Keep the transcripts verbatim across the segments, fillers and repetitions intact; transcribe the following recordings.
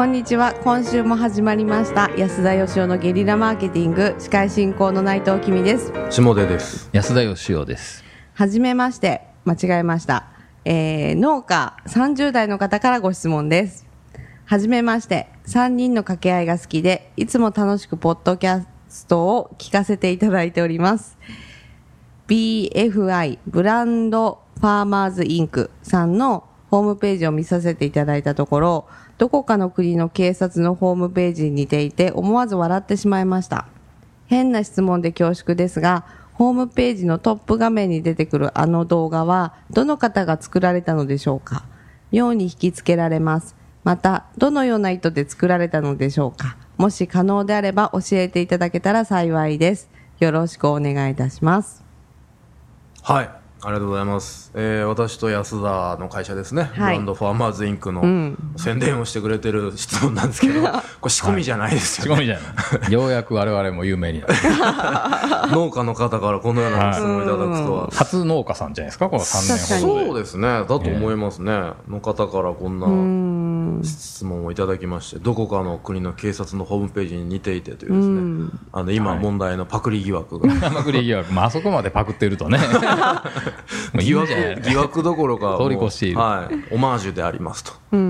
こんにちは。今週も始まりました安田義雄のゲリラマーケティング、司会進行の内藤君です。 下出です。 安田義雄です。 はじめまして。間違えました、えー、農家さんじゅう代の方からご質問です。はじめまして。さんにんの掛け合いが好きで、いつも楽しくポッドキャストを聞かせていただいております。 ビーエフアイ ブランドファーマーズインクさんのホームページを見させていただいたところ、どこかの国の警察のホームページに似ていて思わず笑ってしまいました。変な質問で恐縮ですが、ホームページのトップ画面に出てくるあの動画はどの方が作られたのでしょうか。妙に引きつけられます。またどのような意図で作られたのでしょうか。もし可能であれば教えていただけたら幸いです。よろしくお願いいたします。 はい、ありがとうございます、えー、私と安田の会社ですね、 はい、 ブランドファーマーズインクの宣伝をしてくれてる質問なんですけど、うん、これ仕込みじゃないですよね、 はい、仕込みじゃないようやく我々も有名になった農家の方からこのような質問をいただくとは、 初農家さんじゃないですか、このさんねんほどで。 そうですね、だと思いますね、えー、の方からこんな質問をいただきまして、どこかの国の警察のホームページに似ていてというですね、あの今問題のパクリ疑惑が、 はい、パクリ疑惑、まあ、あそこまでパクってるとね疑惑疑惑どころか通り越している、 はい、オマージュでありますと、うん、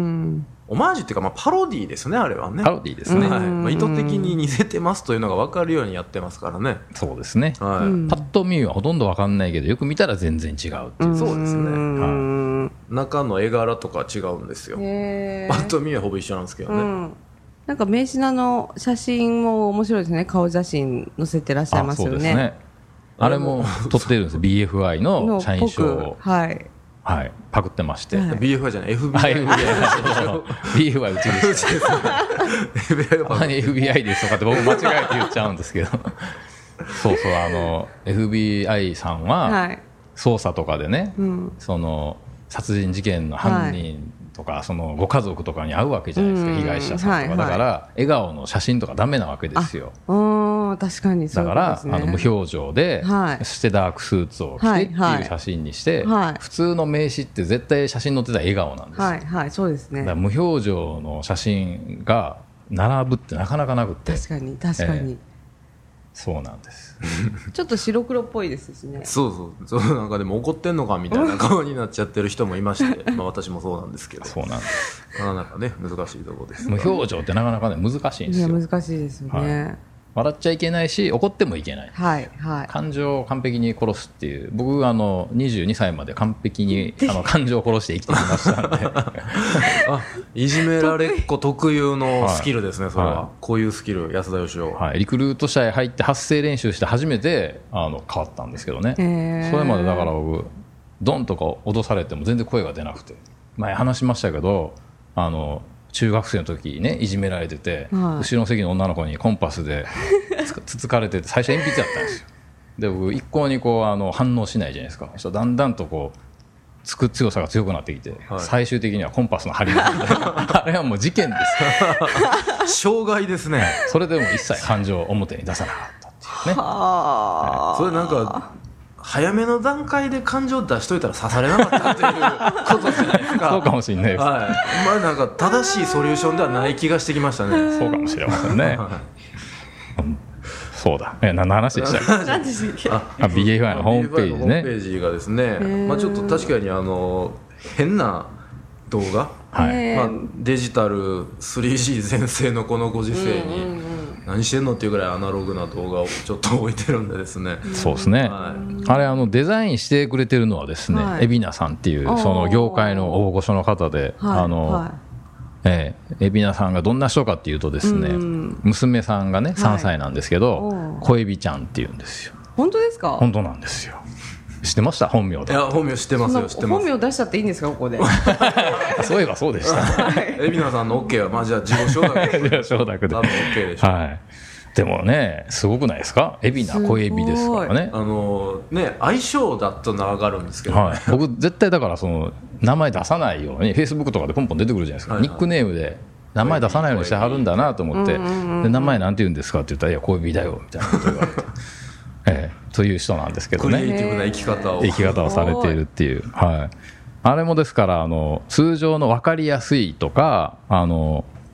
オマージュっていうか、まあ、パロディーですね、あれはね、 パロディーですね、 はい、まあ、意図的に似せてますというのが分かるようにやってますからね。 そうですね、 はい、 うん、パッと見はほとんど分かんないけど、よく見たら全然違うっていう、 うん、そうですね、 はい、 中の絵柄とか違うんですよ。パッと見はほぼ一緒なんですけどね、うん、 なんか名刺菜の写真も面白いですね。顔写真載せてらっしゃいますよね。あ、そうですね、 あれも撮ってるんですビーエフアイ の社員証を、 はいはい、パクってまして、はい、 ビーエフアイ じゃない エフビーアイ ビーエフアイ うちでした エフビーアイ ですとかって僕間違えて言っちゃうんですけどそうそう、あの エフビーアイ さんは捜査とかでね、はい、その殺人事件の犯人とか、はい、そのご家族とかに会うわけじゃないですか、被害者さんとか、はいはい、だから笑顔の写真とかダメなわけですよ。 確かにそうですね、 だからあの無表情で、はい、そしてダークスーツを着てっていう写真にして、はいはい、普通の名刺って絶対写真載ってたら笑顔なんですよ、 はいはい、そうですね。 だから無表情の写真が並ぶってなかなかなくて、 確かに確かに、 えー、そうなんですちょっと白黒っぽいですしね。 そうそうそう、なんかでも怒ってんのかみたいな顔になっちゃってる人もいましてまあ私もそうなんですけど、 そうなんです、 なかなかね難しいところです。 無表情ってなかなかね難しいんですよ。 いや難しいですよね、はい、 笑っちゃいけないし怒ってもいけない、 はいはい、 感情を完璧に殺すっていう、僕あのにじゅうにさいまで完璧にあの感情を殺して生きてきましたのであ、いじめられっ子特有のスキルですね、はい、それは、はい、こういうスキル安田義雄、 はい、リクルート社へ入って発声練習して初めてあの変わったんですけどね、それまでだから僕ドンとか脅されても全然声が出なくて、前話しましたけど、あの中学生の時ねいじめられてて、はい、後ろの席の女の子にコンパスでつつかれてて、最初鉛筆だったんですよ。で僕一向にこうあの反応しないじゃないですか。そしたらだんだんとこうつく強さが強くなってきて、はい、最終的にはコンパスの針なんであれはもう事件です傷害ですね。 それでも一切感情を表に出さなかったっていうね、 はい、それなんか早めの段階で感情を出しといたら刺されなかったっていうことじゃないですか。 そうかもしれないです、 はい、まあ、なんか正しいソリューションではない気がしてきましたね。 そうかもしれませんね、うん、そうだ、え何の話でしたっけあ、ビーエフアイ のホームページね、ホームページがですね、まあ、ちょっと確かにあの変な動画、はいまあ、デジタル スリージー 全盛のこのご時世に何してんのっていうぐらいアナログな動画をちょっと置いてるんでですね、 そうですね、はい、あれあのデザインしてくれてるのはですね、はい、海老名さんっていうその業界の大御所の方で、はい、あの、はいええ、海老名さんがどんな人かっていうとですね、娘さんがねさんさいなんですけど、はい、小海老ちゃんっていうんですよ。 本当ですか？ 本当なんですよ。知ってました？本名で。 いや本名知ってますよ。知ってます。 本名出しちゃっていいんですかここでそういえばそうでした海老名さんの OK は、まあ、じゃあ自己承諾で自己承諾で多分 OK でしょう、はい、 でもねすごくないですか？海老名小海老ですからね。 あのね相性だとのは分かるんですけど、 はい、僕絶対だからその名前出さないように Facebook とかでポンポン出てくるじゃないですか、はいはい、ニックネームで名前出さないようにしてはるんだなと思って、で名前なんて言うんですかって言ったらいや小海老だよみたいなこと言われてええ、という人なんですけどね。 クリエイティブな生き方を生き方をされているっていう、はい、あれもですからあの通常の分かりやすいとかあの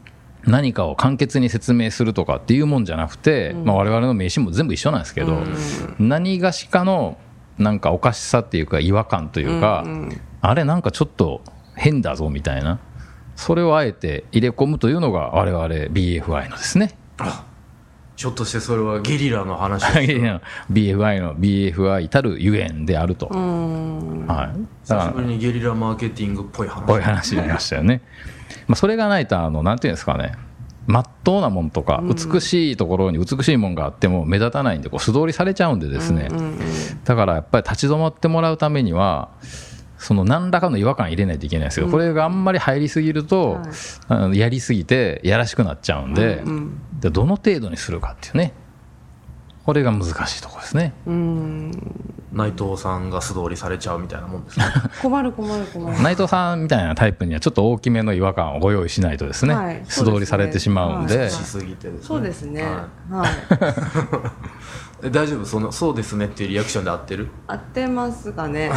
何かを簡潔に説明するとかっていうもんじゃなくて、うんまあ、我々の名詞も全部一緒なんですけど、うん、何がしかのなんかおかしさっていうか違和感というか、うんうん、あれなんかちょっと変だぞみたいな、それをあえて入れ込むというのが我々 ビーエフアイ のですね。 あ、ちょっとしてそれはゲリラの話ですか？ ゲリラの ビーエフアイ の ビーエフアイ たるゆえんであると。うーん、はい、久しぶりにゲリラマーケティングっぽい話ぽい話になりましたよね。まあそれがないとあのなんていうんですかね、まっとうなもんとか美しいところに美しいもんがあっても目立たないんでこう素通りされちゃうんでですね、うんうんうん、だからやっぱり立ち止まってもらうためにはその何らかの違和感入れないといけないんですけど、これがあんまり入りすぎると、はい、あのやりすぎてやらしくなっちゃうんで、うんうん、でどの程度にするかっていうね、これが難しいところですね。 うーん、 内藤さんが素通りされちゃうみたいなもんですね。 困る困る困る。 内藤さんみたいなタイプにはちょっと大きめの違和感をご用意しないとですね、はい、素通りされてしまうんで、 はい、しすぎてですね。 そうですね、はいはい、大丈夫、そのそうですねっていうリアクションで合ってる？ 合ってますかね。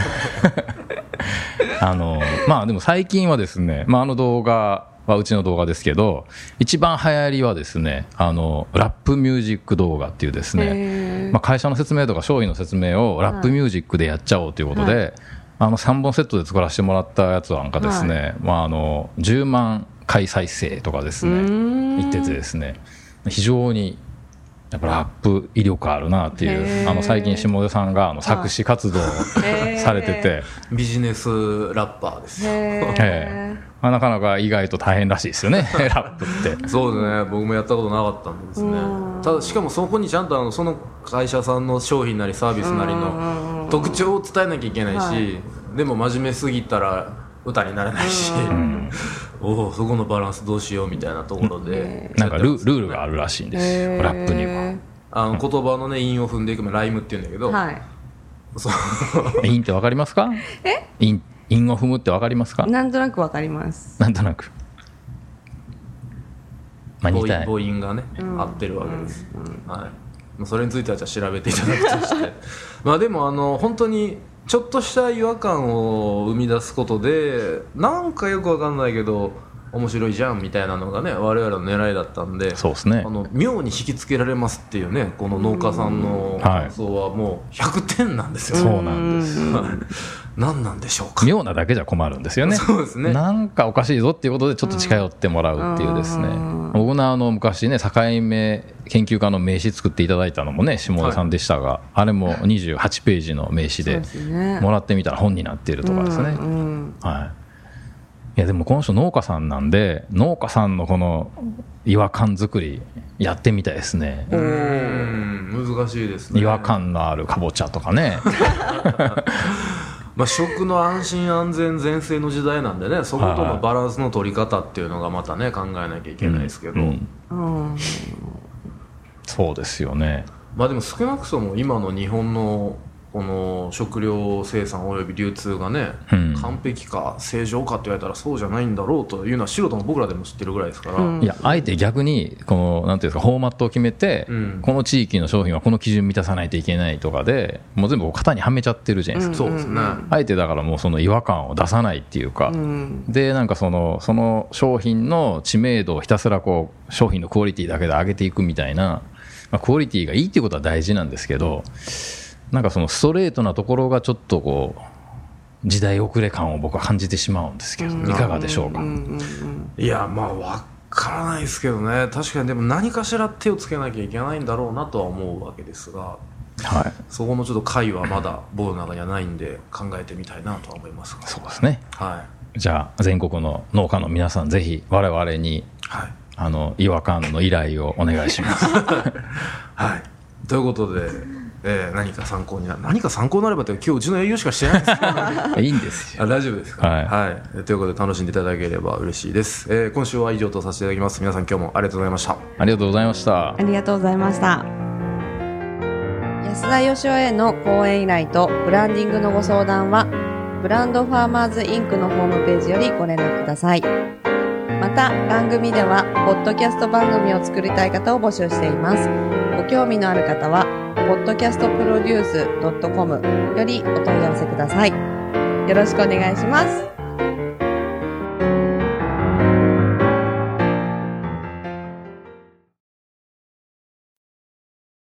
あのまあでも最近はですね、まあ、あの動画はうちの動画ですけど、一番流行りはですね、あのラップミュージック動画っていうですね、まあ、会社の説明とか商品の説明をラップミュージックでやっちゃおうということで、はい、あのさんぼんセットで作らせてもらったやつなんかですね、はい、まあ、あのじゅうまんかい再生とかですね言っててですね、非常にやっぱラップ威力あるなっていう、あの最近下出さんがあの作詞活動をされてて、 ビジネスラッパーですよ。 へー、まあ、なかなか意外と大変らしいですよね。ラップって。 そうですね、僕もやったことなかったんですね。ただしかもそこにちゃんとあのその会社さんの商品なりサービスなりの特徴を伝えなきゃいけないし、はい、でも真面目すぎたら歌にならないし、おおそこのバランスどうしようみたいなところで、 なんか ル, ルールがあるらしいんですよ、ラップには。 あの言葉のね韻を踏んでいくのライムっていうんだけど、はい、 そう韻ってわかりますか？ え韻韻を踏むってわかりますか？ なんとなくわかります。 なんとなく、 まあ、似たい母音がね、うん、合ってるわけです、うんうん、はい、それについてはじゃあ調べていただくとしてまあでもあの本当にちょっとした違和感を生み出すことでなんかよくわかんないけど面白いじゃんみたいなのがね我々の狙いだったんで、 そうですね、 あの妙に引きつけられますっていうね、この農家さんの感想はもうひゃくてんなんですよ。 そうなんです何なんでしょうか。 妙なだけじゃ困るんですよね。 そうですね、 なんかおかしいぞっていうことでちょっと近寄ってもらうっていうですね、僕のあの昔ね境目研究家の名刺作っていただいたのもね下出さんでしたが、はい、あれもにじゅうはちページの名刺でもらってみたら本になっているとかですね、うんうん、はい。いやでもこの人農家さんなんで、農家さんのこの違和感作りやってみたいですね。 うーん、難しいですね。 違和感のあるかぼちゃとかねまあ食の安心安全全盛の時代なんでね、そことのバランスの取り方っていうのがまたね考えなきゃいけないですけど、うんうんうん、 そうですよね。 まあでも少なくとも今の日本のこの食料生産および流通がね、うん、完璧か正常かって言われたらそうじゃないんだろうというのは素人の僕らでも知ってるぐらいですから、うん、 いやあえて逆にこのなんていうんですかフォーマットを決めて、うん、この地域の商品はこの基準満たさないといけないとかでもう全部型にはめちゃってるじゃないですか、 うん、そうですね。 あえてだからもうその違和感を出さないっていうか、うん、でなんかそのその商品の知名度をひたすらこう商品のクオリティだけで上げていくみたいな、まあ、クオリティがいいっていうことは大事なんですけど、なんかそのストレートなところがちょっとこう時代遅れ感を僕は感じてしまうんですけど、いかがでしょうか。 いやまあ分からないですけどね、確かにでも何かしら手をつけなきゃいけないんだろうなとは思うわけですが、 はい、 そこのちょっと解はまだ僕の中にはないんで考えてみたいなとは思いますが。 そうですね、 はい、 じゃあ全国の農家の皆さんぜひ我々に、はい、あの違和感の依頼をお願いしますはい、ということでえー、何か参考にな何か参考になればって今日うちの営業しかしてないんですけどいいんですよ。 あ大丈夫ですか、 はいはい、ということで楽しんでいただければ嬉しいです、えー、今週は以上とさせていただきます。皆さん今日もありがとうございました。 ありがとうございました。 ありがとうございました。安田義雄への講演依頼とブランディングのご相談はブランドファーマーズインクのホームページよりご連絡ください。また番組ではポッドキャスト番組を作りたい方を募集しています。ご興味のある方はポッドキャストプロデュース ドットコム よりお問い合わせください。よろしくお願いします。